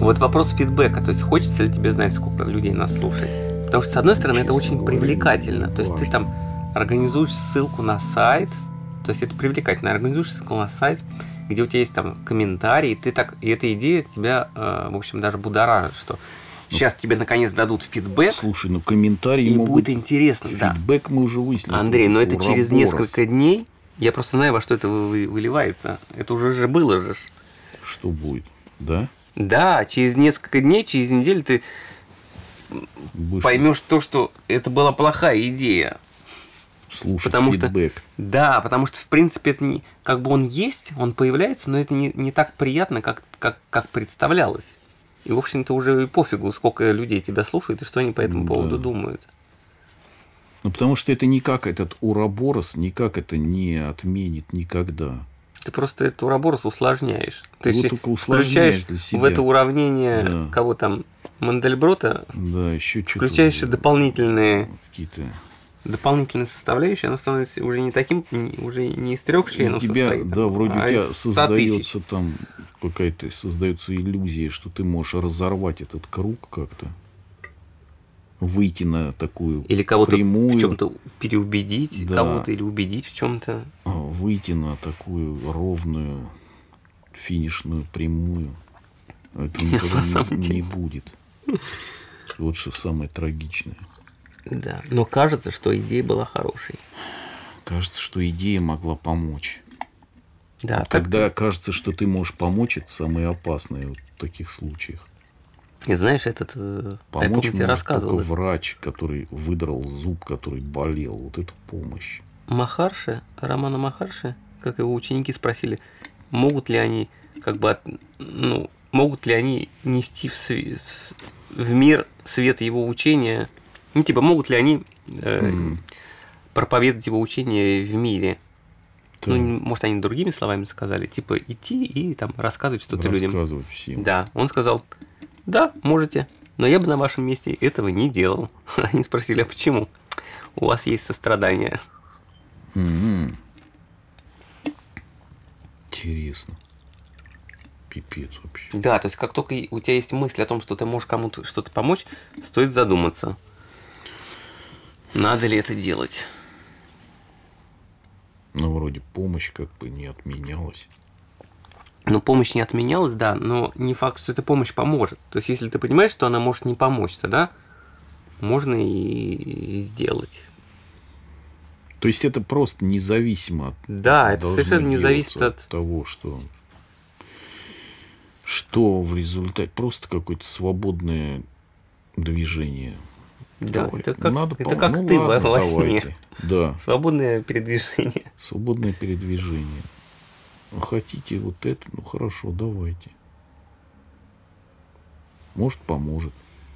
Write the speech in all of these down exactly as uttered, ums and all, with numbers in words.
Вот вопрос фидбэка. То есть, хочется ли тебе знать, сколько людей нас слушает? Потому что, с одной стороны, Честно это очень говоря, привлекательно. То есть, важно. ты там организуешь ссылку на сайт. То есть, это привлекательно. Организуешь ссылку на сайт, где у тебя есть там комментарии. Ты так... И эта идея тебя, э, в общем, даже будоражит, что сейчас тебе наконец дадут фидбэк. Слушай, ну комментарии и могут... будет интересно. Фидбэк Да. мы уже выяснили. Андрей, но это через Ураборос. несколько дней. Я просто знаю, во что это вы- выливается. Это уже же было же. Что будет, да? Да, через несколько дней, через неделю ты Будешь поймешь то, что это была плохая идея. слушать Потому что- фидбэк. Да, потому что, в принципе, это не, как бы он есть, он появляется, но это не, не так приятно, как, как, как представлялось. И, в общем-то, уже и пофигу, сколько людей тебя слушает и что они по этому Ну поводу да. думают. Ну, потому что это никак, этот Ураборос никак это не отменит никогда. Ты просто эту Ураборос усложняешь. Ты Его еще только усложняешь включаешь для себя. в это уравнение Да. кого там, Мандельброта, Да, еще что-то. включаешь еще дополнительные, Какие-то... дополнительные составляющие, оно становится уже не таким, не- уже не из трех У членов тебя, состоит, да, вроде а у тебя из ста тысяч. создается там какая-то создается иллюзия, что ты можешь разорвать этот круг как-то, выйти на такую Или кого-то прямую, в чем-то переубедить, Да. кого-то или убедить в чем-то. а, выйти на такую ровную финишную прямую. Это никогда самом не, деле. не будет. Вот что самое трагичное. Да. Но кажется, что идея была хорошей. Кажется, что идея могла помочь. Да, Вот так когда кажется, что ты можешь помочь, это самое опасное вот в таких случаях. И знаешь, этот, э, я Помочь помню, тебе может рассказывал, только врач, который выдрал зуб, который болел. Вот это помощь. Махарши, Романа Махарши, как его ученики спросили, могут ли они, как бы, от- ну, могут ли они нести в, све- в- в мир свет его учения, ну, типа, могут ли они э, Мгм. проповедовать его учение в мире. Да. Ну, не- может, они другими словами сказали, типа, идти и там рассказывать что-то людям. Рассказывать всем. Да, он сказал, да, можете, но я бы на вашем месте этого не делал. Они спросили, а почему? У вас есть сострадание. Мгм. Интересно. Пипец вообще. Да, то есть как только и- у тебя есть мысль о том, что ты можешь кому-то что-то помочь, стоит задуматься, надо ли это делать. Ну, вроде помощь как бы не отменялась. Но помощь не отменялась, да, но не факт, что эта помощь поможет. То есть если ты понимаешь, что она может не помочь, тогда можно и сделать. То есть это просто независимо от Да, это должно совершенно не зависит делаться от... того, что что в результате просто какое-то свободное движение. Да, Давай. это как, Надо это пом- как ну ты во- ладно, во сне. давайте. Да, Свободное передвижение. свободное передвижение. Ну, хотите вот это, ну хорошо, давайте. Может, поможет.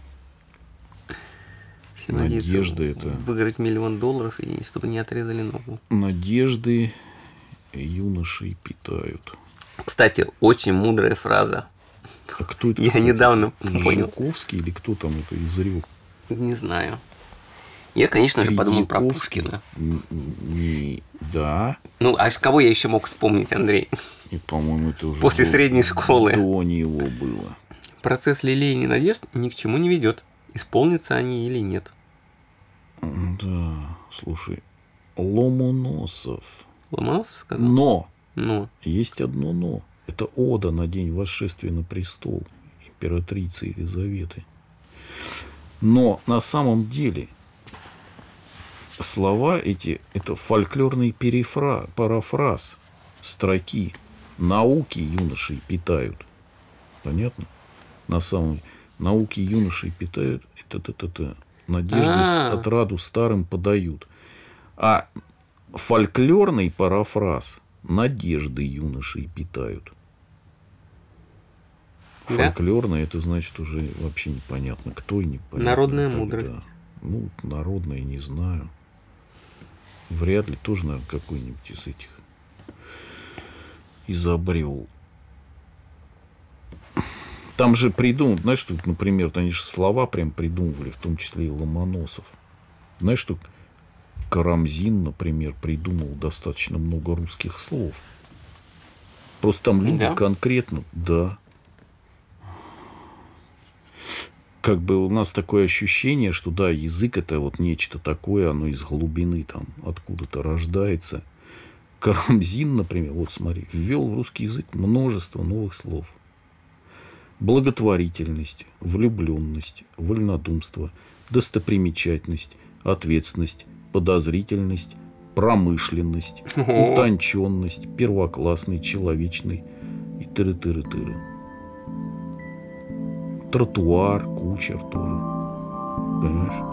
Все надеются Надежда это. выиграть миллион долларов, и чтобы не отрезали ногу. Надежды юношей питают. Кстати, очень мудрая фраза. А кто это? Я кстати? недавно понял. Жуковский или кто там это изрек? Не знаю. Я, конечно же, подумал про Тредьяковский? Пушкина. Н- Не, да. Ну, а кого я еще мог вспомнить, Андрей? И, по-моему, это уже После до- средней школы. До него было. Процесс лелеяния надежд ни к чему не ведет. Исполнятся они или нет. Да, слушай, Ломоносов. Ломоносов сказал? Но Ну, есть одно но. Это ода на день восшествия на престол императрицы Елизаветы. Но на самом деле слова эти – это фольклорный перефра, парафраз строки «Науки юношей питают». Понятно? На самом деле «Науки юношей питают» – это, это, это, надежды А. отраду старым подают. А фольклорный парафраз «Надежды юношей питают». Да? Фольклорное, это значит уже вообще непонятно, кто и непонятно. Народная когда. мудрость. Ну, народная, не знаю. Вряд ли тоже, наверное, какой-нибудь из этих изобрел. Там же придумал, знаешь, что, например, они же слова прям придумывали, в том числе и Ломоносов. Знаешь, что Карамзин, например, придумал достаточно много русских слов. Просто там люди Да? конкретно, да. как бы у нас такое ощущение, что да, язык это вот нечто такое, оно из глубины там откуда-то рождается. Карамзин, например, вот смотри, ввел в русский язык множество новых слов. Благотворительность, влюбленность, вольнодумство, достопримечательность, ответственность, подозрительность, промышленность, О. утонченность, первоклассный, человечный и тыры-тыры-тыры. Тротуар, кучер тоже. Понимаешь?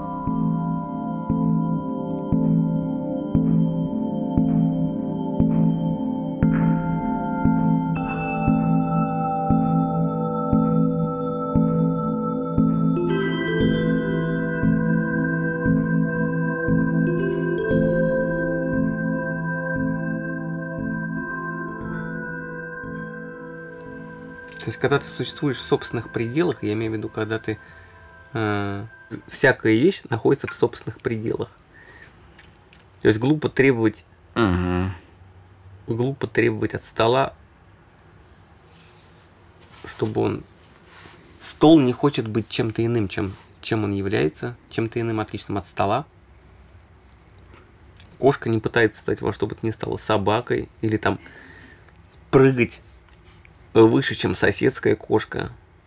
То есть, когда ты существуешь в собственных пределах, я имею в виду, когда ты э, всякая вещь находится в собственных пределах. То есть глупо требовать, Ага. глупо требовать от стола, чтобы он... Стол не хочет быть чем-то иным, чем, чем он является, чем-то иным, отличным от стола. Кошка не пытается стать во что бы то ни стало собакой или там прыгать выше, чем соседская кошка.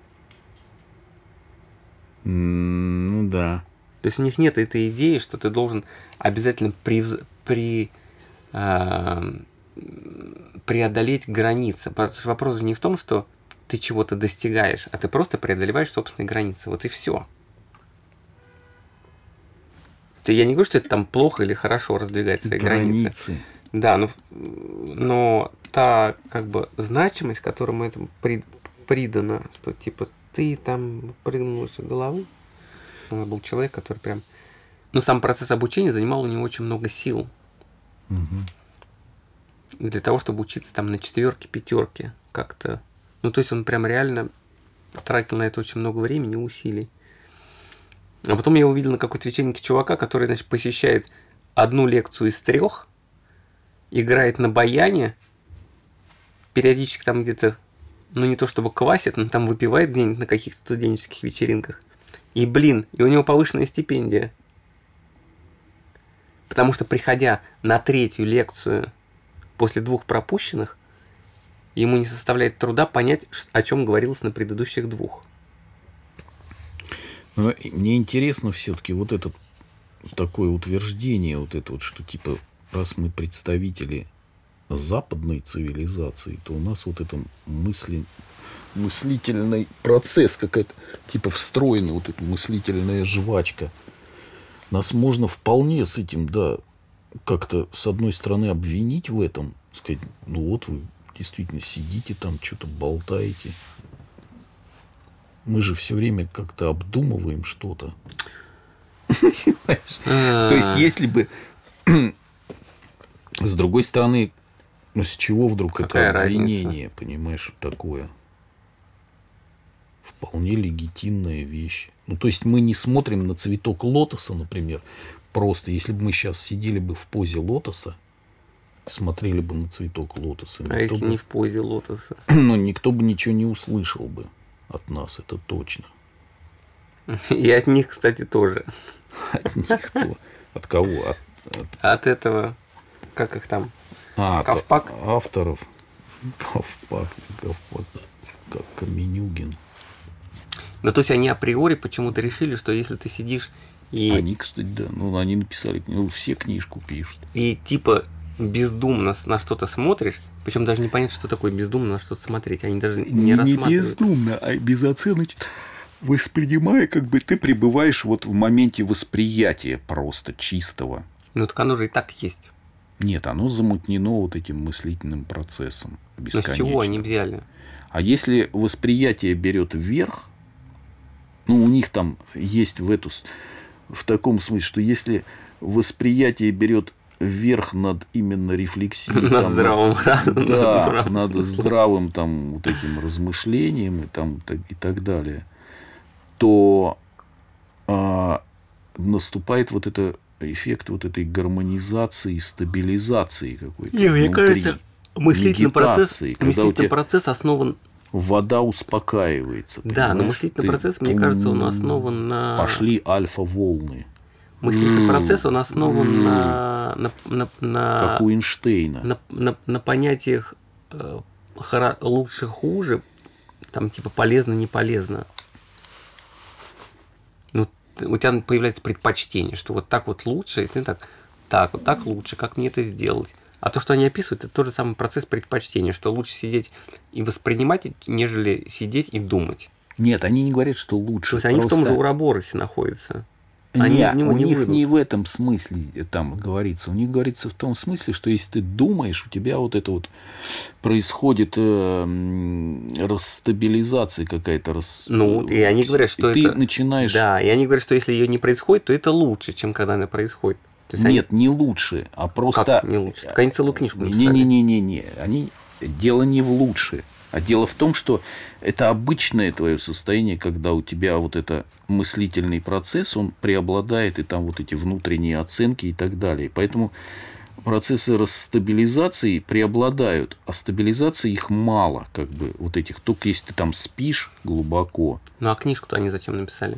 Ну да. То есть у них нет этой идеи, что ты должен обязательно превз... при... э... преодолеть границы. Потому что вопрос же не в том, что ты чего-то достигаешь, а ты просто преодолеваешь собственные границы. Вот и все. Я не говорю, что это там плохо или хорошо раздвигать свои границы. Границы. Да, но, но та как бы значимость, которому этому при, придана, что типа ты там прыгнул выше головы. У нас был человек, который прям... Ну, сам процесс обучения занимал у него очень много сил. Угу. Для того, чтобы учиться там на четверке, пятерке как-то. Ну, то есть он прям реально тратил на это очень много времени и усилий. А потом я увидел на какой-то вечеринке чувака, который, значит, посещает одну лекцию из трех, играет на баяне, периодически там где-то, ну не то чтобы квасит, но там выпивает где-нибудь на каких-то студенческих вечеринках. И, блин, и у него повышенная стипендия. Потому что, приходя на третью лекцию после двух пропущенных, ему не составляет труда понять, о чем говорилось на предыдущих двух. Но мне интересно все-таки вот это такое утверждение, вот это вот, что типа, раз мы представители западной цивилизации, то у нас вот это мысли, мыслительный процесс какая-то, типа встроена вот эта мыслительная жвачка. Нас можно вполне с этим, да, как-то с одной стороны обвинить в этом, сказать, ну вот вы действительно сидите там, что-то болтаете. Мы же все время как-то обдумываем что-то. То есть, если бы... С другой стороны, ну с чего вдруг это обвинение, понимаешь, такое? Вполне легитимная вещь. Ну, то есть, мы не смотрим на цветок лотоса, например, просто. Если бы мы сейчас сидели бы в позе лотоса, смотрели бы на цветок лотоса. А если бы... не в позе лотоса? Ну, никто бы ничего не услышал бы от нас, это точно. И от них, кстати, тоже. От них кто? От кого? От, от... от этого, как их там? А, Ковпак? Авторов. Ковпак, Ковпак, как Каменюгин. Ну, то есть, они априори почему-то решили, что если ты сидишь и... Они, кстати, да, ну, они написали, ну, все книжку пишут. И типа бездумно на что-то смотришь, причем даже не понятно, что такое бездумно на что-то смотреть. Они даже не, не рассматривают. Не бездумно, а безоценочно. Воспринимая, как бы ты пребываешь вот в моменте восприятия просто чистого. Ну, так оно же и так есть. Нет, оно замутнено вот этим мыслительным процессом. Но с чего они взяли? А если восприятие берет вверх, ну, у них там есть в эту... В таком смысле, что если восприятие берет вверх над именно рефлексией. Над там, здравым разумом. Да, над здравым там вот этим размышлением и, там, и так далее, то а, наступает вот это эффект вот этой гармонизации, стабилизации какой-то. Не, мне кажется, мыслительный процесс, мыслительный тебя... процесс основан вода успокаивается. Да, но понимаешь? мыслительный Ты- процесс, мне кажется, он основан на... Пошли альфа-волны, Мыслительный процесс, он основан на, на, на, на, как у Эйнштейна. на, на, на понятиях э, хоро- лучше, хуже, там типа полезно, не полезно. Ну, т- у тебя появляется предпочтение, что вот так вот лучше, и ты так, так, вот так лучше, как мне это сделать? А то, что они описывают, это тот же самый процесс предпочтения, что лучше сидеть и воспринимать, нежели сидеть и думать. Нет, они не говорят, что лучше. То есть они в том просто- же Уроборосе находятся. Они Не, из него у не них выйдут. не в этом смысле там говорится. У них говорится в том смысле, что если ты думаешь, у тебя вот это вот происходит э, м, расстабилизация какая-то. Рас... Ну, и они говорят, что и это... ты начинаешь... Да, и они говорят, что если ее не происходит, то это лучше, чем когда она происходит. То есть Нет, не лучше, а они... просто... Как не лучше? Так они целую книжку написали. Не-не-не-не. Они... Дело не в лучше. А дело в том, что это обычное твое состояние, когда у тебя вот это мыслительный процесс, он преобладает, и там вот эти внутренние оценки и так далее. Поэтому процессы расстабилизации преобладают, а стабилизации их мало, как бы, вот этих. Только если ты там спишь глубоко. Ну, а книжку-то они зачем написали?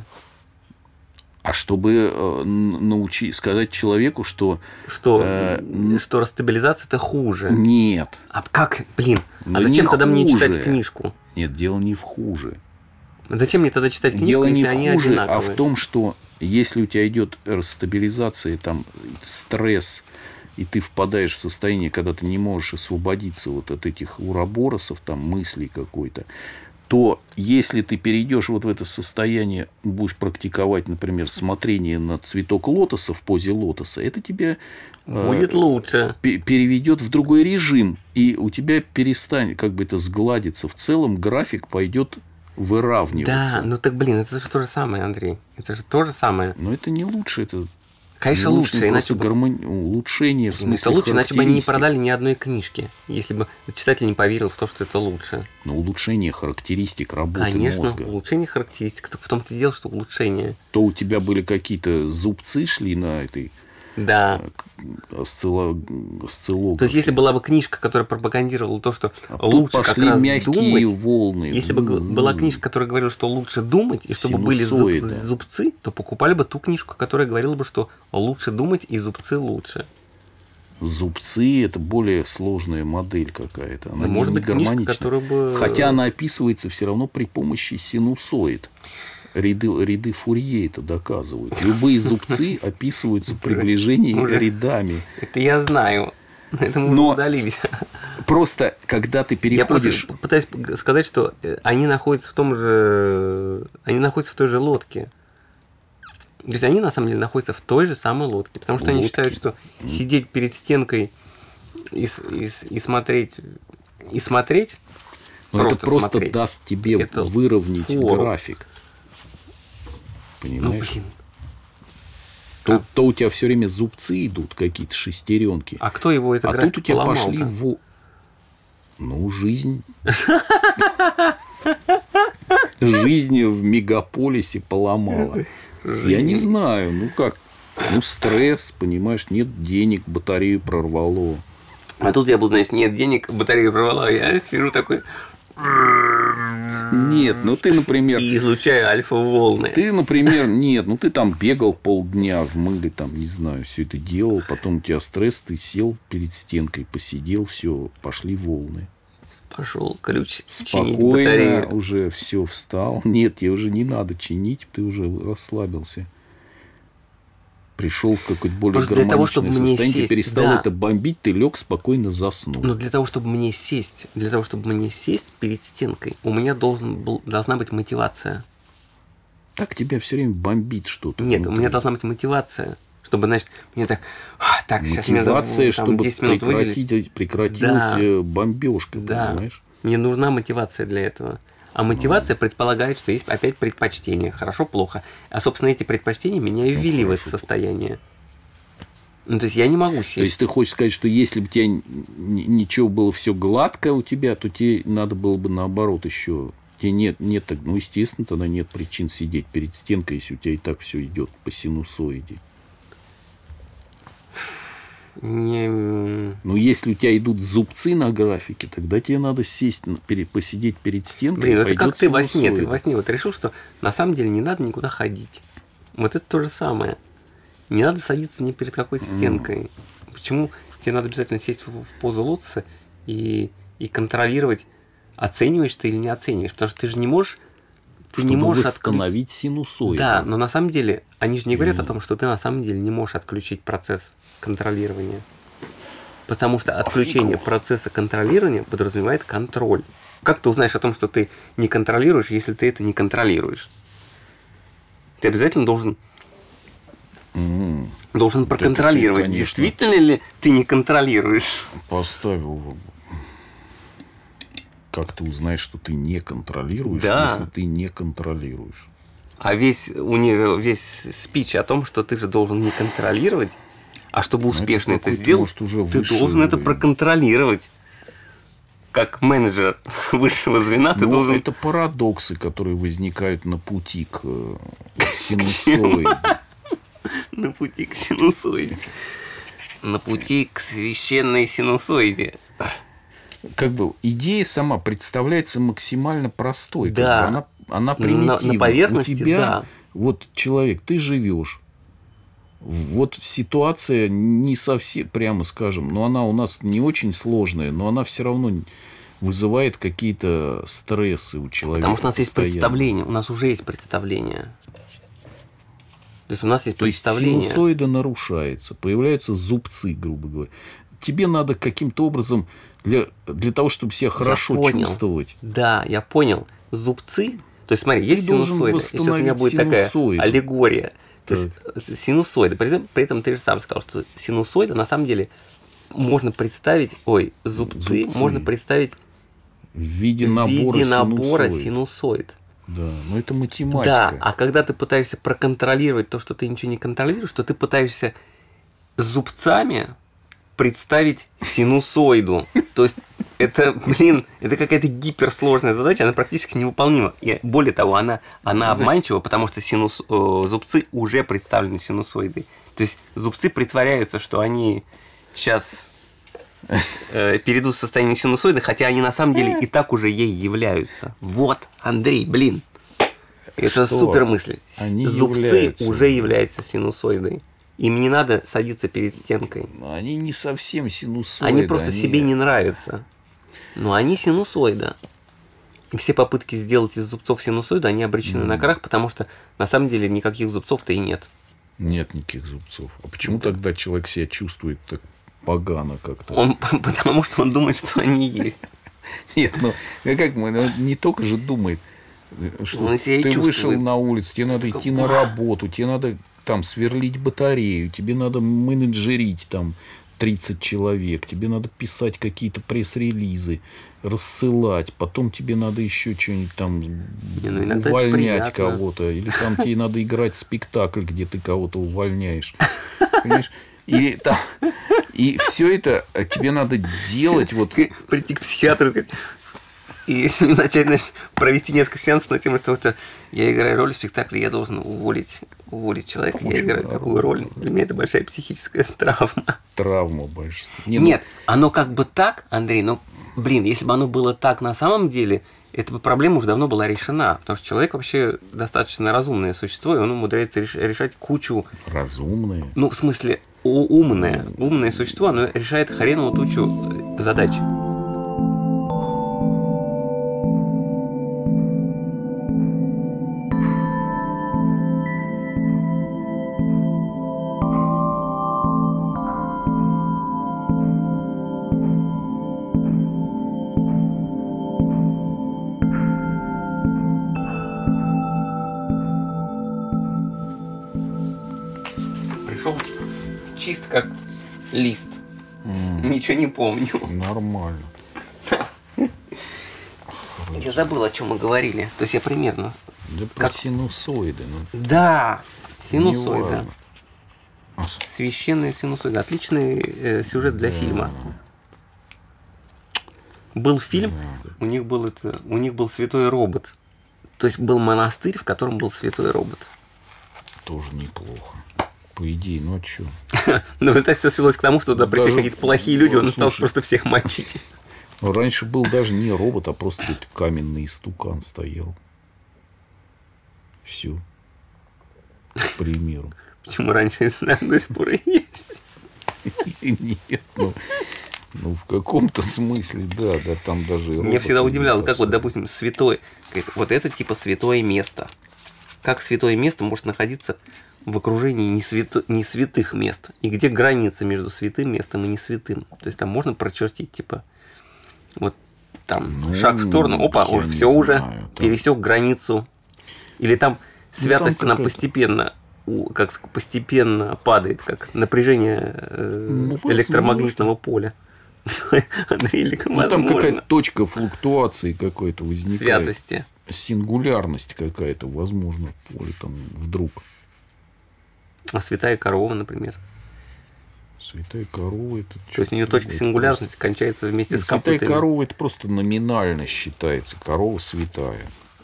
А чтобы э, научить, сказать человеку, что... Что, э, что расстабилизация это хуже. Нет. А как, блин, Ну, а зачем не тогда мне хуже. читать книжку? Нет, дело не в хуже. Зачем мне тогда читать книжку, Дело если не они в хуже, а одинаковые? в том, что если у тебя идет расстабилизация, там, стресс, и ты впадаешь в состояние, когда ты не можешь освободиться вот от этих уроборосов, там, мыслей какой-то, то если ты перейдешь вот в это состояние, будешь практиковать, например, смотрение на цветок лотоса в позе лотоса, это тебя Будет э, лучше. пе- переведет в другой режим, и у тебя перестанет, как бы это сгладится. В целом график пойдет выравниваться. Да, ну так, блин, это же то же самое, Андрей. Это же то же самое. Но это не лучше, это Конечно, не лучше, просто иначе бы... гармони- улучшение в Блин, смысле это лучше, иначе бы они не характеристик. продали ни одной книжки, если бы читатель не поверил в то, что это лучше. Но улучшение характеристик работы Конечно, мозга. улучшение характеристик. Так в том-то и дело, что улучшение. То у тебя были какие-то зубцы шли на этой Да. осцилло... осциллографе. То есть, если была бы книжка, которая пропагандировала то, что А тут лучше как пошли раз мягкие думать, волны. если бы г- была книжка, которая говорила, что лучше думать, и чтобы были зуб- Синусоида. зубцы, то покупали бы ту книжку, которая говорила бы, что лучше думать, и зубцы лучше. Зубцы – это более сложная модель какая-то. Она Ну, не- может не быть, книжка, гармонична. которая бы... Хотя она описывается все равно при помощи синусоид. Ряды, ряды Фурье это доказывают. Любые зубцы описываются при приближении Уже. рядами. Это я знаю. Это мы Но- уже удалились. Просто, когда ты Я просто переходишь... пытаюсь сказать, что э, они находятся в том же... Они находятся в той же лодке. То есть они на самом деле находятся в той же самой лодке. Потому что они Лодке? считают, что сидеть перед стенкой и, с- и, с- и смотреть... И смотреть... Но это просто просто смотреть. даст тебе Это выровнять фору. график. Ну, Понимаешь? блин. то, то у тебя все время зубцы идут, какие-то шестеренки. А кто его это А график тут у тебя поломал-то? пошли в... Ну, жизнь. Жизнь в мегаполисе поломала. Я не знаю, ну как, ну стресс, понимаешь, нет денег, батарею прорвало. А тут я буду, значит, нет денег, батарея прорвала, я сижу такой Нет, ну ты, например, и излучаю альфа-волны. ты, например, нет, ну ты там бегал полдня в мыле, там, не знаю, все это делал, потом у тебя стресс, ты сел перед стенкой, посидел, все, пошли волны. Пошел ключ чинить Спокойно батарею. уже все встал. Нет, тебе уже не надо чинить, ты уже расслабился. Пришел в какое-то более Просто для того, гармоничное чтобы мне состояние, сесть, перестал да. это бомбить, ты лег спокойно заснул. Но для того, чтобы мне сесть, для того, чтобы мне сесть перед стенкой, у меня должен был, должна быть мотивация. Так тебя все время бомбит что-то. Нет, внутри. у меня должна быть мотивация. Чтобы, значит, мне так, «А, так, сейчас мне надо Мотивация, там, чтобы десять минут выделить. прекратить, прекратилась Да. э, бомбежка, Да, понимаешь? мне нужна мотивация для этого. А мотивация предполагает, что есть опять предпочтения. Хорошо, плохо. А, собственно, эти предпочтения меня и ввели в это хорошо, состояние. Ну, то есть я не могу сесть. То есть ты хочешь сказать, что если бы у тебя н- ничего было все гладко у тебя, то тебе надо было бы наоборот еще. Тебе нет, нет, так, ну естественно, тогда нет причин сидеть перед стенкой, если у тебя и так все идет по синусоиде. Не... Ну Но если у тебя идут зубцы на графике, тогда тебе надо сесть, посидеть перед стенкой. Блин, это как ты во сне. Ты во сне вот решил, что на самом деле не надо никуда ходить. Вот это то же самое. Не надо садиться ни перед какой стенкой. Mm. Почему тебе надо обязательно сесть в, в позу лотоса и, и контролировать, оцениваешь ты или не оцениваешь? Потому что ты же не можешь... Ты Чтобы не можешь восстановить отклю... синусоиду. Да, но на самом деле, они же не говорят mm. о том, что ты на самом деле не можешь отключить процесс контролирования. Потому что отключение Офигу. процесса контролирования подразумевает контроль. Как ты узнаешь о том, что ты не контролируешь, если ты это не контролируешь? Ты обязательно должен, mm. должен проконтролировать, ты, действительно ли ты не контролируешь. Поставил. Как ты узнаешь, что ты не контролируешь, да. если ты не контролируешь? А весь у них весь спич о том, что ты же должен не контролировать. А чтобы успешно это, это сделать, может, ты должен это проконтролировать. Как менеджер высшего звена ты ну, должен... Это парадоксы, которые возникают на пути к синусоиде. На пути к синусоиде. На пути к священной синусоиде. Как бы идея сама представляется максимально простой. Да. Как бы она, она примитивна. На, на поверхности, у тебя, да. Вот человек, ты живешь. Вот ситуация не совсем, прямо скажем, но она у нас не очень сложная, но она все равно вызывает какие-то стрессы у человека. Потому что у нас постоянно. есть представление, у нас уже есть представление. То есть у нас есть То представление. есть синусоида нарушается, появляются зубцы, грубо говоря. Тебе надо каким-то образом для, для того, чтобы себя хорошо я понял. чувствовать. Да, я понял. Зубцы. То есть смотри, есть синусоида. Сейчас у меня будет синусоиду. Такая аллегория. То есть синусоида. При этом, при этом ты же сам сказал, что синусоида на самом деле можно представить, ой, зубцы, зубцы. можно представить в виде набора, в виде набора синусоид. синусоид. Да, но это математика. Да, а когда ты пытаешься проконтролировать то, что ты ничего не контролируешь, то ты пытаешься зубцами представить синусоиду. То есть это, блин, это какая-то гиперсложная задача, она практически невыполнима. И более того, она, она обманчива, потому что синус, э, зубцы уже представлены синусоидой. То есть зубцы притворяются, что они сейчас э, перейдут в состояние синусоиды, хотя они на самом деле и так уже ей являются. Вот, Андрей, блин. Это что? Супер мысль. Они зубцы являются. уже являются синусоидой. Им не надо садиться перед стенкой. Они не совсем синусоиды. Они просто они... себе не нравятся. Но они синусоида. И все попытки сделать из зубцов синусоида, они обречены mm. на крах, потому что на самом деле никаких зубцов-то и нет. Нет никаких зубцов. А почему да. тогда человек себя чувствует так погано как-то? Он, потому что он думает, что они есть. Нет, ну как мы, не только же думает, что ты вышел на улицу, тебе надо идти на работу, тебе надо там сверлить батарею, тебе надо менеджерить там тридцать человек, тебе надо писать какие-то пресс-релизы, рассылать, потом тебе надо еще что-нибудь там не, ну, увольнять кого-то, или там тебе надо играть спектакль, где ты кого-то увольняешь. Понимаешь? И, там, и все это тебе надо делать. Вот... Прийти к психиатру и начать, значит, провести несколько сеансов на тему, что я играю роль в спектакле, я должен уволить, уволить человека, Очень я играю здорово. такую роль. Для меня это большая психическая травма. Травма большая. Не, Нет, ну... оно как бы так, Андрей, но, блин, если бы оно было так на самом деле, эта бы проблема уже давно была решена. Потому что человек вообще достаточно разумное существо, и он умудряется реш- решать кучу... Разумное? Ну, в смысле, умное. Умное существо, оно решает хреновую тучу задач. Чисто как лист. Mm. Ничего не помню. Нормально. Я забыл, о чем мы говорили. То есть я примерно... Да про как... синусоиды. Ну... Да, синусоида. А... Священная синусоида. Отличный э, сюжет для да. фильма. Был фильм, да. у них был это, у них был святой робот. То есть был монастырь, в котором был святой робот. Тоже неплохо. по идее, ну а что? Но это все свелось к тому, что туда пришли Даже- какие-то плохие люди, он стал Слушай. просто всех мочить. Раньше был даже не робот, а просто какой-то каменный истукан стоял. Все. К примеру. Почему раньше, не знаю, до сих пор и есть. Нет, ну, ну, в каком-то смысле, да, да, там даже и Меня роботы всегда нет удивляло, как вот, особо. допустим, святой, говорит, вот это типа святое место. Как святое место может находиться в окружении не, свято- не святых мест? И где граница между святым местом и не святым? То есть там можно прочертить, типа, вот там Ну, шаг в сторону, опа, я не все уже знаю, там- пересек границу. Или там святость, она какая-то- постепенно, у- как сказать, постепенно падает, как напряжение э, Ну, возможно. электромагнитного поля. Андрей, или Ну, там возможно. какая-то точка флуктуации какой-то возникает. Святости. Сингулярность какая-то, возможно, в поле там вдруг. А святая корова, например. Святая корова это То есть у нее точка сингулярности кончается вместе Нет, с святая копытами. корова это просто номинально считается. Корова святая.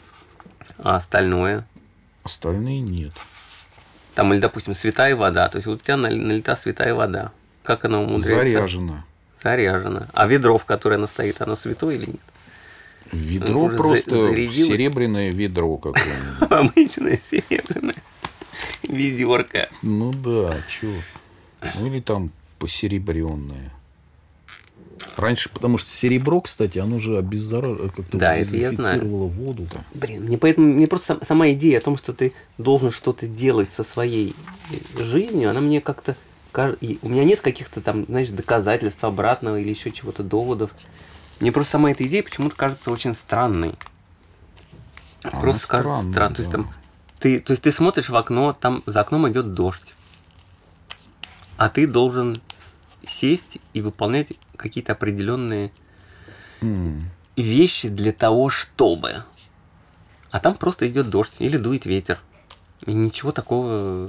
А остальное? Остальные нет. Там, или, допустим, святая вода. То есть вот у тебя нали- налита святая вода. Как она умудряется? Заряжена. Заряжена. А ведро, в которое она стоит, оно святое или нет? Ведро уже просто за- зарядилось? серебряное ведро какое-нибудь. Обычное серебряное ведерко. Ну да, чё. Ну или там посеребренное. Раньше, потому что серебро, кстати, оно же обеззара... как-то Да, это я знаю. дезинфицировало воду. Там. Блин, мне поэтому мне просто сам- сама идея о том, что ты должен что-то делать со своей жизнью, она мне как-то каж- и у меня нет каких-то там, знаешь, доказательств обратного или еще чего-то доводов. Мне просто сама эта идея почему-то кажется очень странной. Она Просто кажется странная, странной. То есть да. там ты, то есть ты смотришь в окно, там за окном идет дождь, а ты должен сесть и выполнять какие-то определенные М. вещи для того, чтобы. А там просто идет дождь или дует ветер. И ничего такого.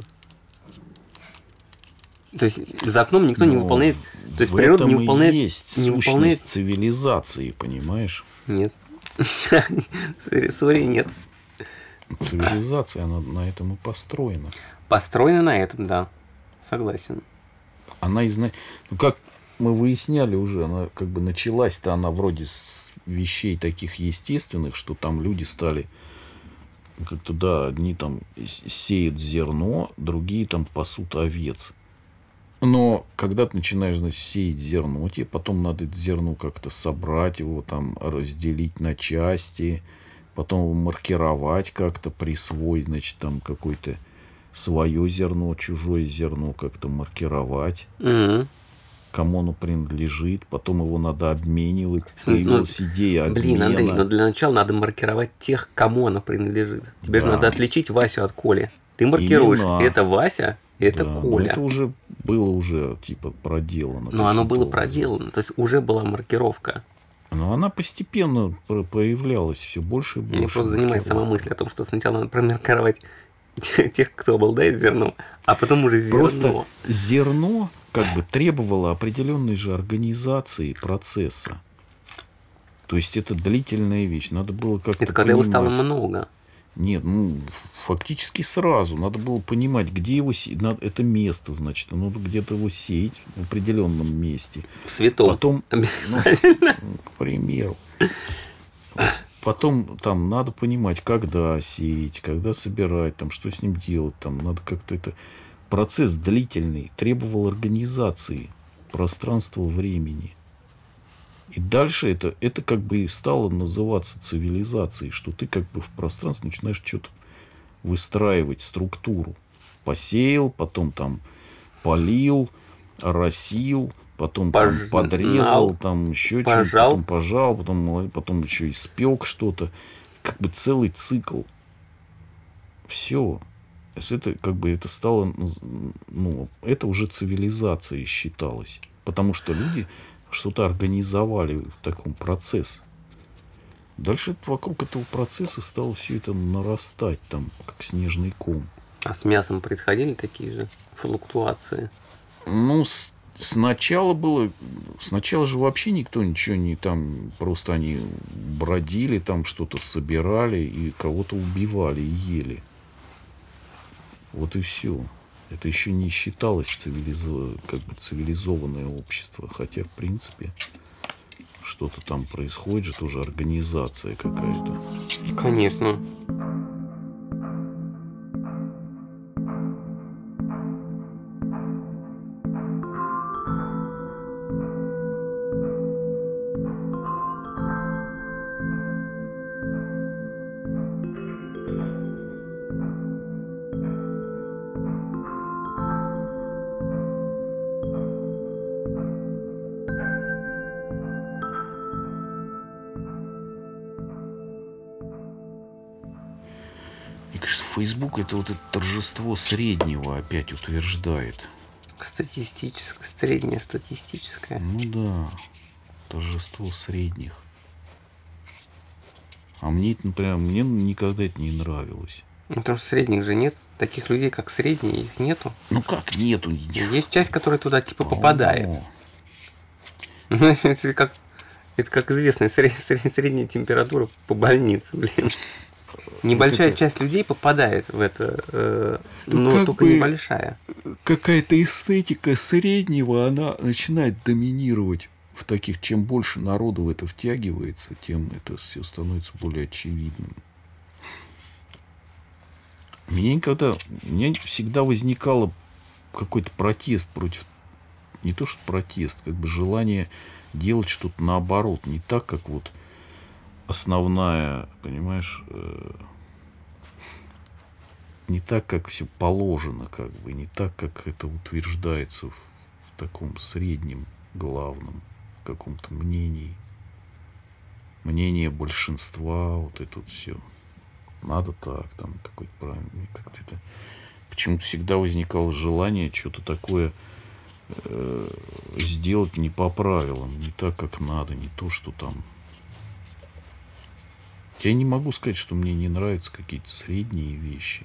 То есть за окном никто не Но выполняет. То есть в природа этом не и выполняет. есть не сущность выполняет. цивилизации, понимаешь? Нет. Сори, сори, нет. Цивилизация, она на этом и построена. Построена на этом, да. Согласен. Она изна... Ну, как мы выясняли уже, она как бы началась-то она вроде с вещей таких естественных, что там люди стали как-то, да, одни там сеют зерно, другие там пасут овец. Но когда ты начинаешь, значит, сеять зерно, тебе потом надо это зерно как-то собрать, его там разделить на части, потом его маркировать как-то, присвоить, значит, там какое-то свое зерно, чужое зерно как-то маркировать, Мгм. кому оно принадлежит, потом его надо обменивать. Ну, Появилась идея обмена. Блин, Андрей, но для начала надо маркировать тех, кому оно принадлежит. Тебе же Да. надо отличить Васю от Коли. Ты маркируешь, Именно. это Вася, это Да, но Коля. это уже было уже типа проделано. Но оно каким-то было образом. проделано, то есть уже была маркировка. Но она постепенно про- появлялась все больше и больше. Меня просто занимает сама маркировка. мысль о том, что сначала надо промаркировать те- тех, кто обладает зерном, а потом уже зерно. Просто зерно как бы требовало определенной же организации процесса. То есть это длительная вещь. Надо было как-то Это когда его понимать. стало много. Нет, ну, фактически сразу. Надо было понимать, где его се- надо- это место, значит. Надо где-то его сеять в определенном месте. Цветом. Потом, ну, Обязательно. ну, к примеру. Потом там надо понимать, когда сеять, когда собирать, там, что с ним делать. Там, надо как-то это... Процесс длительный, требовал организации пространства, времени. И дальше это, это как бы и стало называться цивилизацией, что ты как бы в пространстве начинаешь что-то выстраивать, структуру. Посеял, потом там полил, оросил, потом там Пожнал, подрезал, там еще что-то, пожал. потом пожал, потом, потом еще испек что-то. Как бы целый цикл. Все. Это как бы это стало, ну, это уже цивилизацией считалось. Потому что люди что-то организовали в таком процессе. Дальше вокруг этого процесса стало все это нарастать, там, как снежный ком. А с мясом происходили такие же флуктуации? Ну, с- сначала было... Сначала же вообще никто ничего не там... Просто они бродили, там что-то собирали и кого-то убивали и ели. Вот и все. Это еще не считалось цивилизо... как бы цивилизованное общество. Хотя, в принципе, что-то там происходит же, тоже организация какая-то. Конечно. Фейсбук это вот это торжество среднего опять утверждает. Статистическое, среднее статистическое. Ну да, торжество средних. А мне это, например, мне никогда это не нравилось. Ну, потому что средних же нет. Таких людей, как средние, их нету. Ну как нету? Есть часть, которая туда типа попадает. Это как, это как известно, средняя, средняя температура по больнице, блин. Небольшая вот часть людей попадает в это, э, ну, но только небольшая. Какая-то эстетика среднего, она начинает доминировать в таких. Чем больше народу в это втягивается, тем это все становится более очевидным. Мне никогда, у меня всегда возникало какой-то протест против, не то что протест, как бы желание делать что-то наоборот, не так, как вот основная, понимаешь, э, не так, как все положено, как бы, не так, как это утверждается в, в таком среднем, главном каком-то мнении. Мнение большинства, вот это вот все. Надо так, там, какой-то правильный, как-то это. Почему-то всегда возникало желание что-то такое э, сделать не по правилам, не так, как надо, не то, что там. Я не могу сказать, что мне не нравятся какие-то средние вещи.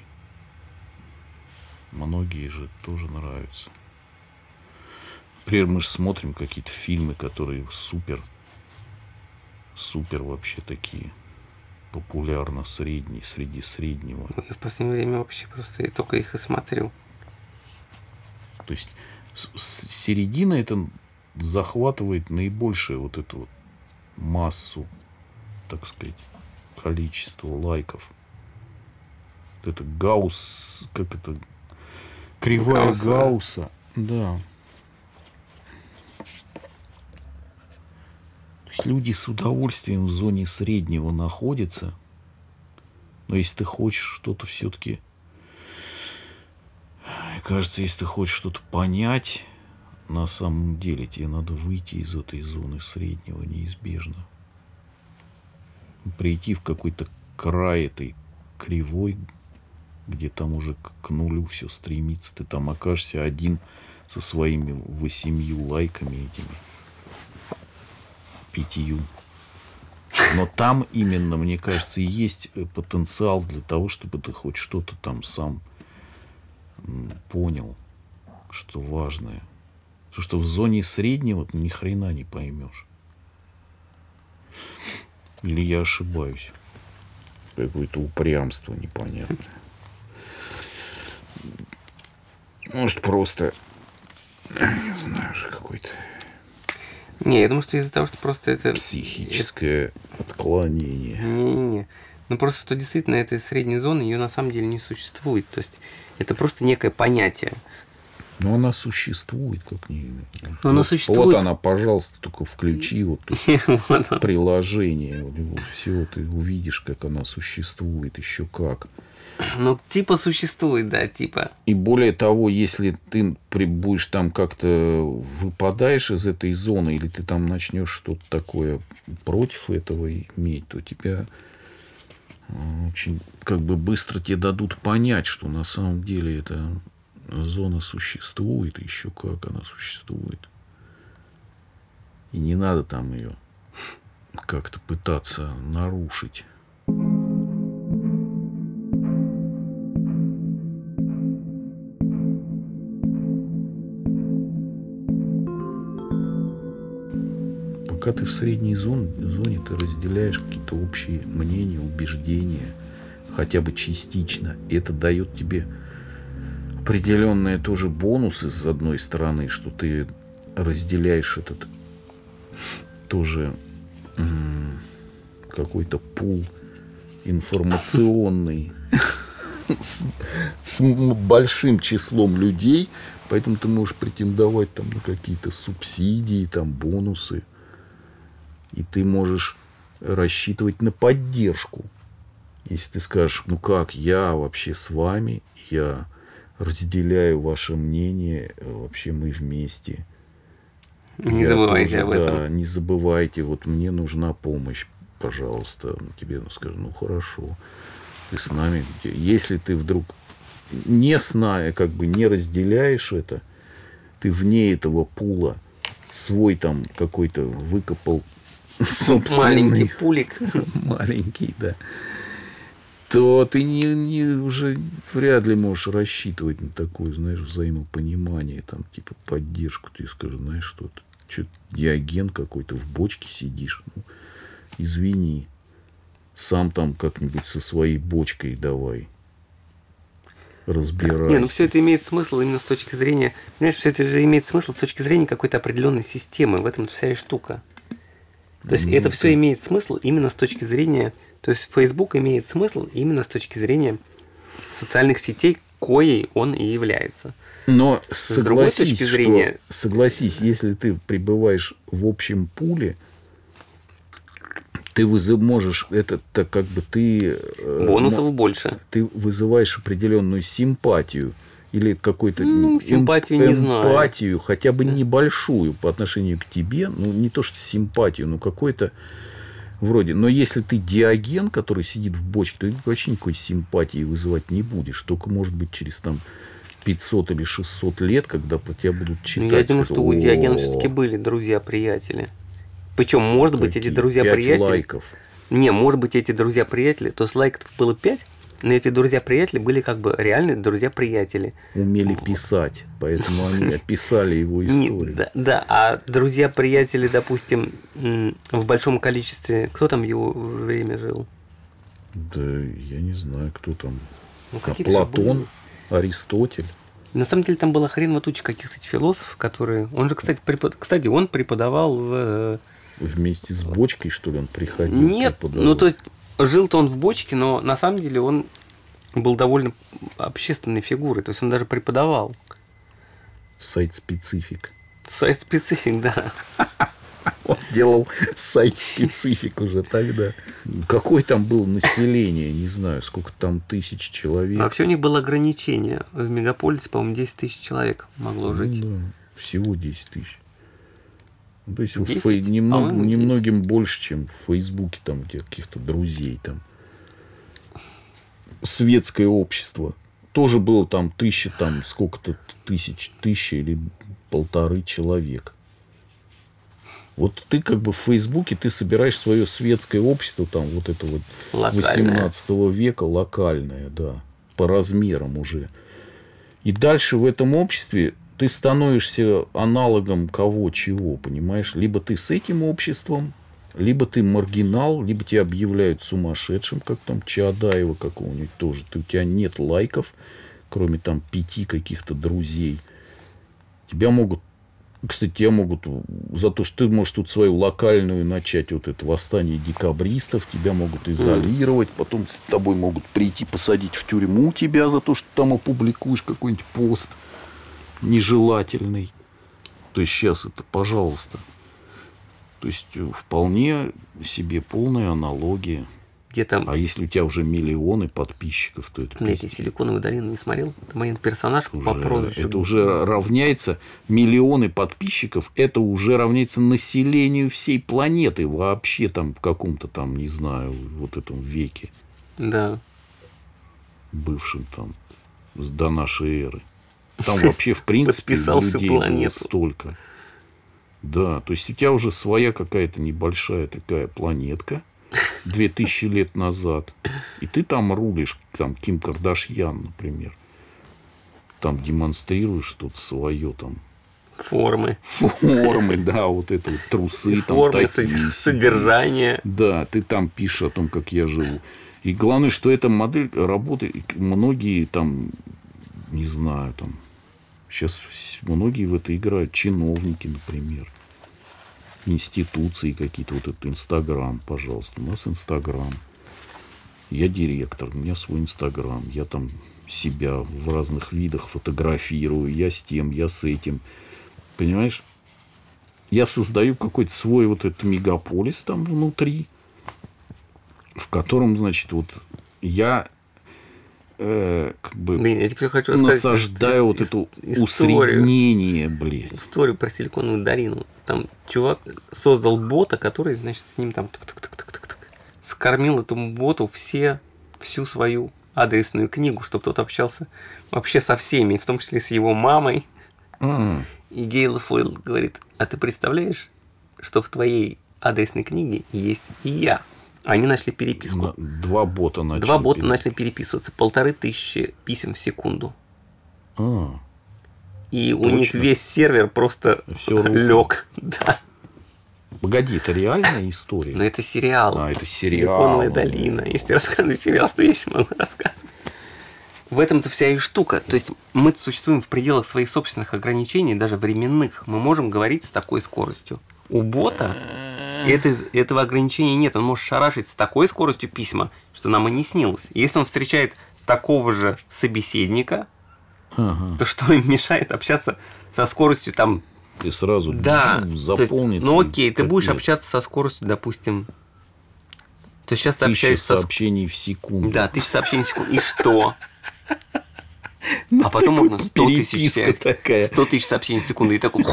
Многие же тоже нравятся. Например, мы же смотрим какие-то фильмы, которые супер, супер вообще такие популярно средние, среди среднего. Я в последнее время вообще просто я только их и смотрю. То есть середина это захватывает наибольшую вот эту вот массу, так сказать, количество лайков. Это Гаусс, как это, кривая Гаусса. Гаусса. Да. То есть люди с удовольствием в зоне среднего находятся. Но если ты хочешь что-то все-таки, кажется, если ты хочешь что-то понять, на самом деле тебе надо выйти из этой зоны среднего неизбежно. Прийти в какой-то край этой кривой, где там уже к нулю все стремится. Ты там окажешься один со своими восемью лайками этими, пятью. Но там именно, мне кажется, и есть потенциал для того, чтобы ты хоть что-то там сам понял, что важное. Потому что в зоне среднего ты ни хрена не поймешь. Или я ошибаюсь? Какое-то упрямство непонятное. Может, просто, не знаю, уже какой-то... Не, я думаю, что из-за того, что просто это... Психическое это... отклонение. Не-не-не. Ну, просто, что действительно этой средней зоны, ее на самом деле не существует. То есть, это просто некое понятие. Но она существует, как не... Но она вот, существует. Вот она, пожалуйста, только включи вот приложение. Все, ты увидишь, как она существует, еще как. Ну, типа существует, да, типа. И более того, если ты будешь там как-то выпадаешь из этой зоны, или ты там начнешь что-то такое против этого иметь, то тебя очень как бы быстро тебе дадут понять, что на самом деле эта зона существует, и еще как она существует. И не надо там ее как-то пытаться нарушить. Пока ты в средней зоне, зоне, ты разделяешь какие-то общие мнения, убеждения, хотя бы частично. И это дает тебе определенные тоже бонусы с одной стороны, что ты разделяешь этот тоже м- какой-то пул информационный с, с большим числом людей, поэтому ты можешь претендовать там на какие-то субсидии, там бонусы, и ты можешь рассчитывать на поддержку. Если ты скажешь, ну как, я вообще с вами, я разделяю ваше мнение, вообще мы вместе. Не Я забывайте тоже, об да, этом. не забывайте, вот мне нужна помощь, пожалуйста. Тебе ну, скажу, ну хорошо, ты с нами. Если ты вдруг не зная, как бы не разделяешь это, ты вне этого пула свой там какой-то выкопал собственный... Маленький пулик. Маленький, да. То ты не, не, уже вряд ли можешь рассчитывать на такое, знаешь, взаимопонимание, там, типа, поддержку. Ты скажешь, знаешь, что ты, что диоген какой-то, в бочке сидишь. Ну, извини. Сам там как-нибудь со своей бочкой давай. Разбирайся. Не, ну все это имеет смысл именно с точки зрения... Понимаешь, все это же имеет смысл с точки зрения какой-то определенной системы. В этом вся и штука. То есть Ну, это это- все имеет смысл именно с точки зрения... То есть Facebook имеет смысл именно с точки зрения социальных сетей, коей он и является. Но С другой согласись, точки что- зрения- согласись, если ты пребываешь в общем пуле, ты вызов, можешь, это так как бы ты... э, Бонусов мо- больше. Ты вызываешь определенную симпатию или какой-то Ну, эм- симпатию не знаю. эмпатию, хотя бы небольшую по отношению к тебе, ну не то что симпатию, но какой-то вроде. Но если ты диоген, который сидит в бочке, то ты вообще никакой симпатии вызывать не будешь. Только, может быть, через там пятьсот или шестьсот лет, когда по тебя будут Ну, читать. я думаю, скажут, что у Диогена «О, все-таки были друзья-приятели. Причем, может быть, эти какие, друзья-приятели... пять лайков. Не, может быть, эти друзья-приятели, то есть лайков было пять, но эти друзья-приятели были как бы реальные друзья-приятели. Умели писать, поэтому они описали его Не, историю. да, да, а друзья-приятели, допустим, м, в большом количестве... Кто там в его время жил? Да, я не знаю, кто там. Ну, А какие-то же Платон, были. Аристотель. На самом деле там была хрен вот туча каких-то философов, которые... Он же, кстати, препод... кстати, он преподавал в... Вместе с бочкой, что ли, он приходил? Нет, преподавал? ну то есть жил-то он в бочке, но на самом деле он был довольно общественной фигурой, то есть он даже преподавал. Сайт-специфик. Сайт-специфик, да. Он делал сайт-специфик уже тогда. Какое там было население, не знаю, сколько там тысяч человек. А вообще у них было ограничение. В мегаполисе, по-моему, десять тысяч человек могло жить. Ну, да, всего десять тысяч. Ну, то есть в десять? фей- немного, По-моему, десять. немногим больше, чем в Фейсбуке, там, где каких-то друзей там. Светское общество. Тоже было там тысяча, там сколько-то тысяч, тысяча или полторы человек. Вот ты как бы в Фейсбуке ты собираешь свое светское общество, там вот это вот Локальное. восемнадцатого века, локальное, да, по размерам уже. И дальше в этом обществе ты становишься аналогом кого чего, понимаешь? Либо ты с этим обществом, либо ты маргинал, либо тебя объявляют сумасшедшим, как там Чаадаева какого-нибудь тоже. Ты, у тебя нет лайков, кроме там пяти каких-то друзей. Тебя могут, кстати, тебя могут за то, что ты можешь тут свою локальную начать вот это восстание декабристов, тебя могут изолировать, потом с тобой могут прийти посадить в тюрьму тебя за то, что ты там опубликуешь какой-нибудь пост нежелательный. То есть сейчас это, пожалуйста. То есть вполне себе полная аналогия. Где там... А если у тебя уже миллионы подписчиков, то это... На эти силиконовые долины не смотрел? Там один персонаж уже, по прозвищу. это уже равняется миллионы подписчиков, это уже равняется населению всей планеты вообще там в каком-то там, не знаю, вот этом веке Да. бывшем там до нашей эры. Там вообще в принципе Подписал всю людей было планету. столько. Да, то есть у тебя уже своя какая-то небольшая такая планетка две тысячи лет назад. И ты там рулишь, там, Ким Кардашьян, например. Там демонстрируешь что-то свое, там. Формы. Формы, да, вот это вот трусы, там, Формы, такие. содержание. Да, ты там пишешь о том, как я живу. И главное, что эта модель работает. Многие там не знаю, там, сейчас многие в это играют, чиновники, например, институции какие-то, вот это Инстаграм, пожалуйста, у нас Инстаграм. Я директор, у меня свой Инстаграм, я там себя в разных видах фотографирую, я с тем, я с этим, понимаешь? Я создаю какой-то свой вот этот мегаполис там внутри, в котором, значит, вот я э, как бы Блин, я тебе хочу насаждаю вот это усреднение, блядь. Историю про Силиконовую долину. Там чувак создал бота, который, значит, с ним там тык-тык-тык-тык-тык, скормил этому боту все, всю свою адресную книгу, чтобы тот общался вообще со всеми, в том числе с его мамой. А. И Гейл Фойл говорит: а ты представляешь, что в твоей адресной книге есть и я? Они начали переписку. Два бота начали. Два бота начали переписываться. Полторы тысячи писем в секунду. А. И Точно? У них весь сервер просто лег. Да. Погоди, это реальная история? Но это сериал. А, это сериал. Силиконовая долина. Я тебе рассказываю сериал, что я еще могу рассказывать. В этом-то вся и штука. То есть мы существуем в пределах своих собственных ограничений, даже временных. Мы можем говорить с такой скоростью. У бота это, этого ограничения нет. Он может шарашить с такой скоростью письма, что нам и не снилось. Если он встречает такого же собеседника, ага. то что им мешает общаться со скоростью там... И сразу да, заполнится. Ну окей, ты будешь нет. общаться со скоростью, допустим... То сейчас ты тысяча общаешься сообщений в секунду. Да, тысяча сообщений в секунду. И что? А потом можно сто тысяч сообщений в секунду. И такой...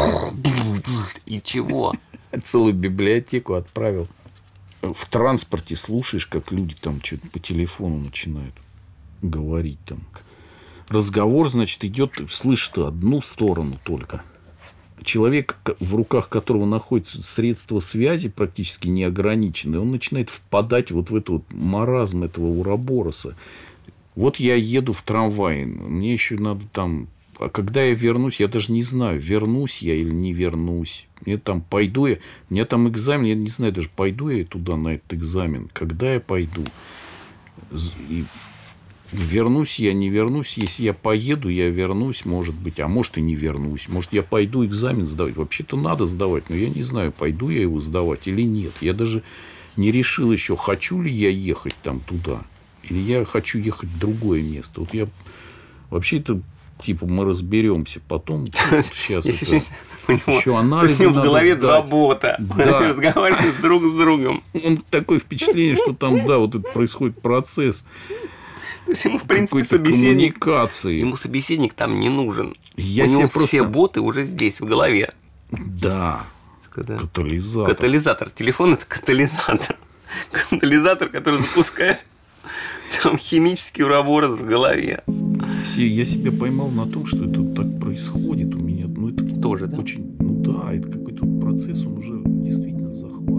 И чего? Целую библиотеку отправил. В транспорте слушаешь, как люди там что-то по телефону начинают говорить там. Разговор, значит, идет, слышишь ты одну сторону только. Человек, в руках которого находится средство связи практически неограниченное, он начинает впадать вот в этот вот маразм этого уробороса. Вот я еду в трамвае, мне еще надо там... А когда я вернусь, я даже не знаю, вернусь я или не вернусь. Мне там пойду я... У меня там экзамен, я не знаю даже, пойду я туда на этот экзамен. Когда я пойду? И... Вернусь я, не вернусь. Если я поеду, я вернусь, может быть. А может, и не вернусь. Может, я пойду экзамен сдавать. Вообще-то надо сдавать. Но я не знаю, пойду я его сдавать или нет. Я даже не решил еще, хочу ли я ехать там туда. Или я хочу ехать в другое место. Вот я... Вообще-то, типа, мы разберемся потом. Сейчас это... Еще анализы надо в голове сдать. Два бота. Да. Разговаривают друг с другом. Он такое впечатление, что там, да, вот это происходит процесс... То есть ему, в принципе, собеседник, коммуникации. Ему собеседник там не нужен. Я У него просто... все боты уже здесь, в голове. Да. Когда... Катализатор. Катализатор. Телефон – это катализатор. Катализатор, который запускает там химический уроборос в голове. Я себя поймал на том, что это так происходит у меня. Ну, это тоже, да? Очень... Ну, да, это какой-то процесс, он уже действительно захватывает.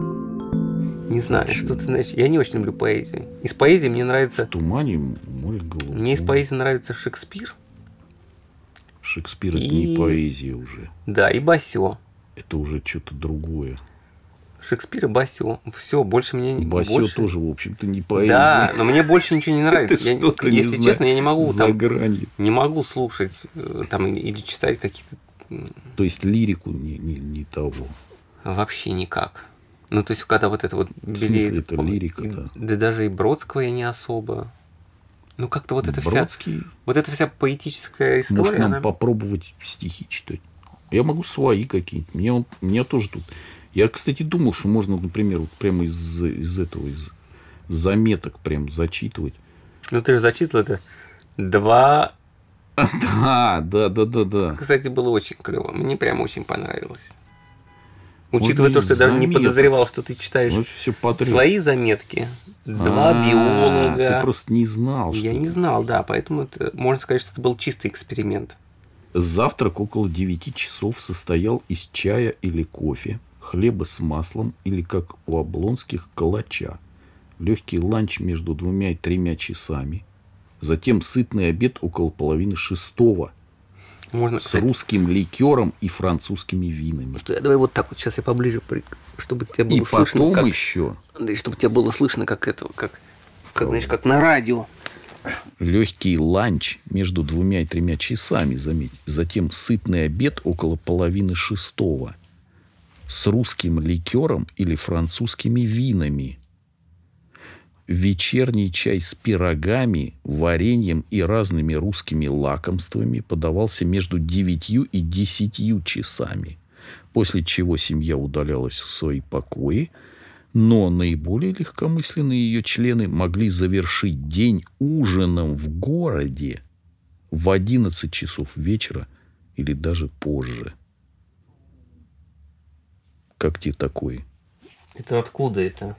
Не знаю, Чего? Что ты знаешь. Я не очень люблю поэзию. Из поэзии мне нравится... В тумане море голубое. Мне из поэзии нравится Шекспир. Шекспир и... это не поэзия уже. Да, и Басё. Это уже что-то другое. Шекспир и Басё. Все, больше мне не... Басё больше... тоже, в общем-то, не поэзия. Да, но мне больше ничего не нравится. Я, если не честно, я не могу там... гранью. Не могу слушать там, или читать какие-то... То есть лирику не, не, не того. Вообще никак. Ну, то есть, когда вот это вот белеет... это лирика, да. Да даже и Бродского я не особо. Ну, как-то вот это Бродский... вся... Вот эта вся поэтическая история... Может, нам она... попробовать стихи читать? Я могу свои какие-нибудь. Мне, он, меня тоже тут... Я, кстати, думал, что можно, например, вот прямо из, из этого, из заметок прям зачитывать. Ну, ты же зачитывал это два... Да, да, да, да, да. Кстати, было очень клево. Мне прям очень понравилось. Учитывая то, что я даже не подозревал, что ты читаешь все свои заметки. Два А-а-а, биолога. Ты просто не знал. Я что не ты... знал, да. Поэтому это, можно сказать, что это был чистый эксперимент. Завтрак около девяти часов состоял из чая или кофе, хлеба с маслом или, как у Облонских, калача. Легкий ланч между двумя и тремя часами. Затем сытный обед около половины шестого. Можно, с кстати, русским ликером и французскими винами. Давай вот так вот, сейчас я поближе, чтобы тебя было и слышно. И потом как, еще. Да, и чтобы тебя было слышно, как это, как, как, знаешь, как на радио. Легкий ланч между двумя и тремя часами, заметь. Затем сытный обед около половины шестого. С русским ликером или французскими винами. Вечерний чай с пирогами, вареньем и разными русскими лакомствами подавался между девятью и десятью часами. После чего семья удалялась в свои покои, но наиболее легкомысленные ее члены могли завершить день ужином в городе в одиннадцать часов вечера или даже позже. Как тебе такое? Это откуда это?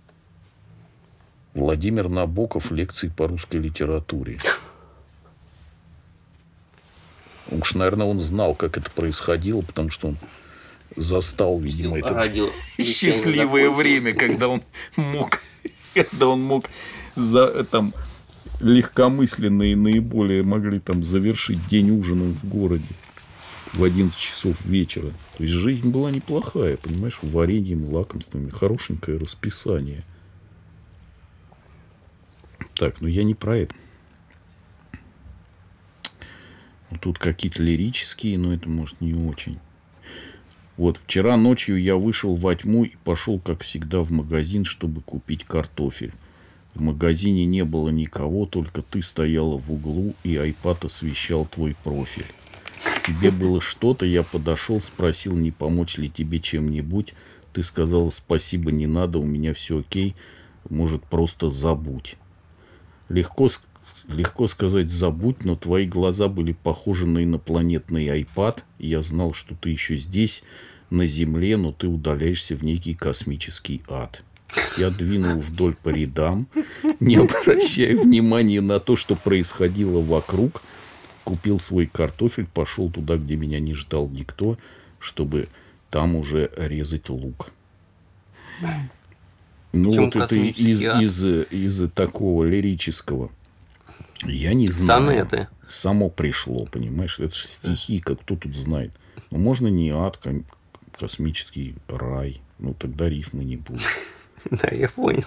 Владимир Набоков, лекции по русской литературе. Уж, наверное, он знал, как это происходило, потому что он застал, видимо, это счастливое время, когда он мог, когда он мог за, там, легкомысленные наиболее могли там завершить день ужином в городе в одиннадцать часов вечера. То есть жизнь была неплохая, понимаешь, вареньем, лакомствами, хорошенькое расписание. Так, ну я не про это. Тут какие-то лирические, но это, может, не очень. Вот вчера ночью я вышел во тьму и пошел, как всегда, в магазин, чтобы купить картофель. В магазине не было никого, только ты стояла в углу, и айпад освещал твой профиль. Тебе было что-то, я подошел, спросил, не помочь ли тебе чем-нибудь. Ты сказала, спасибо, не надо, у меня все окей, может, просто забудь. Легко, легко сказать забудь, но твои глаза были похожи на инопланетный айпад. И я знал, что ты еще здесь, на Земле, но ты удаляешься в некий космический ад. Я двинул вдоль по рядам, не обращая внимания на то, что происходило вокруг. Купил свой картофель, пошел туда, где меня не ждал никто, чтобы там уже резать лук. Ну, вот это из, из, из такого лирического. Я не знаю. Сонеты. Само пришло, понимаешь? Это же стихи, как кто тут знает. Ну, можно не ад, космический рай. Ну, тогда рифмы не будет. Да, я понял.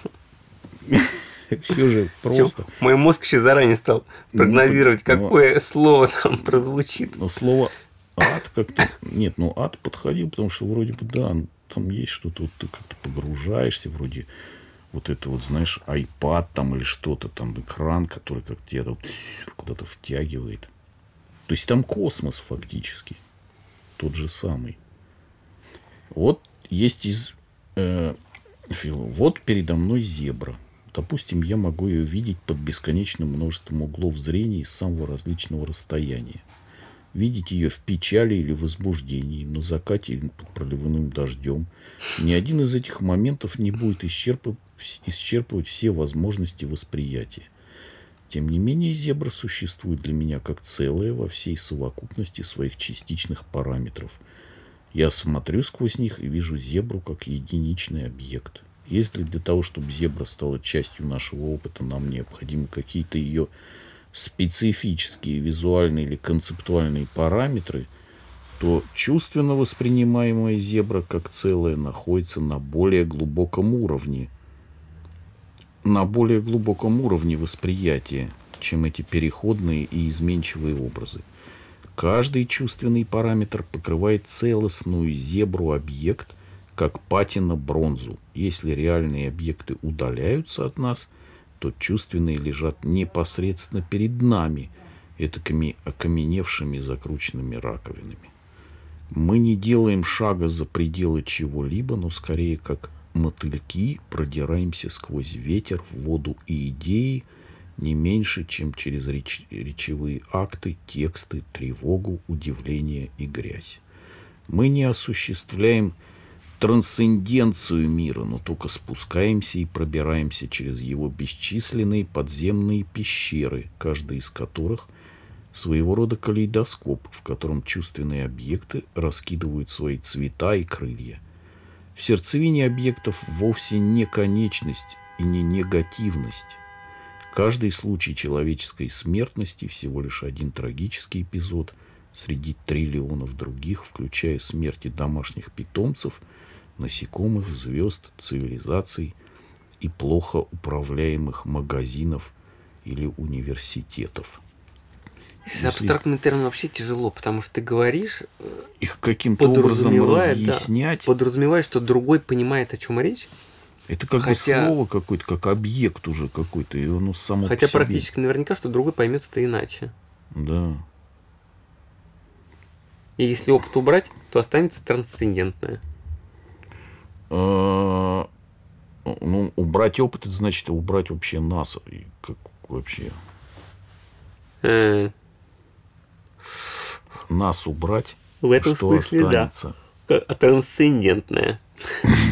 Все же просто. Мой мозг еще заранее стал прогнозировать, какое слово там прозвучит. Но слово ад как-то... Нет, ну ад подходил, потому что вроде бы, да, там есть что-то, вот ты как-то погружаешься, вроде вот это вот, знаешь, айпад там или что-то, там экран, который как тебя вот куда-то втягивает. То есть там космос фактически. Тот же самый. Вот есть из... Э, вот передо мной зебра. Допустим, я могу ее видеть под бесконечным множеством углов зрения из самого различного расстояния. Видеть ее в печали или возбуждении, на закате или под проливным дождем. Ни один из этих моментов не будет исчерпывать, исчерпывать все возможности восприятия. Тем не менее, зебра существует для меня как целое во всей совокупности своих частичных параметров. Я смотрю сквозь них и вижу зебру как единичный объект. Если для того, чтобы зебра стала частью нашего опыта, нам необходимы какие-то ее специфические визуальные или концептуальные параметры, то чувственно воспринимаемая зебра как целое находится на более глубоком уровне, на более глубоком уровне восприятия, чем эти переходные и изменчивые образы. Каждый чувственный параметр покрывает целостную зебру-объект, как патина бронзу. Если реальные объекты удаляются от нас, то чувственные лежат непосредственно перед нами, этакими окаменевшими закрученными раковинами. Мы не делаем шага за пределы чего-либо, но скорее как мотыльки продираемся сквозь ветер, воду и идеи не меньше, чем через реч... речевые акты, тексты, тревогу, удивление и грязь. Мы не осуществляем трансценденцию мира, но только спускаемся и пробираемся через его бесчисленные подземные пещеры, каждая из которых своего рода калейдоскоп, в котором чувственные объекты раскидывают свои цвета и крылья. В сердцевине объектов вовсе не конечность и не негативность. Каждый случай человеческой смертности всего лишь один трагический эпизод среди триллионов других, включая смерти домашних питомцев, насекомых, звезд, цивилизаций и плохо управляемых магазинов или университетов. С Если абстрактным термином вообще тяжело, потому что ты говоришь, их каким-то образом подразумевая, да, разъяснять, подразумевая, что другой понимает, о чем речь, это как хотя- бы слово какое-то, как объект уже какой-то, и оно само хотя по себе. практически наверняка, что другой поймет это иначе. Да. И если опыт убрать, то останется трансцендентное. А, Ну, убрать опыт, это значит убрать вообще нас. И как вообще Э, нас убрать, В этом что смысле, да. останется? А трансцендентное.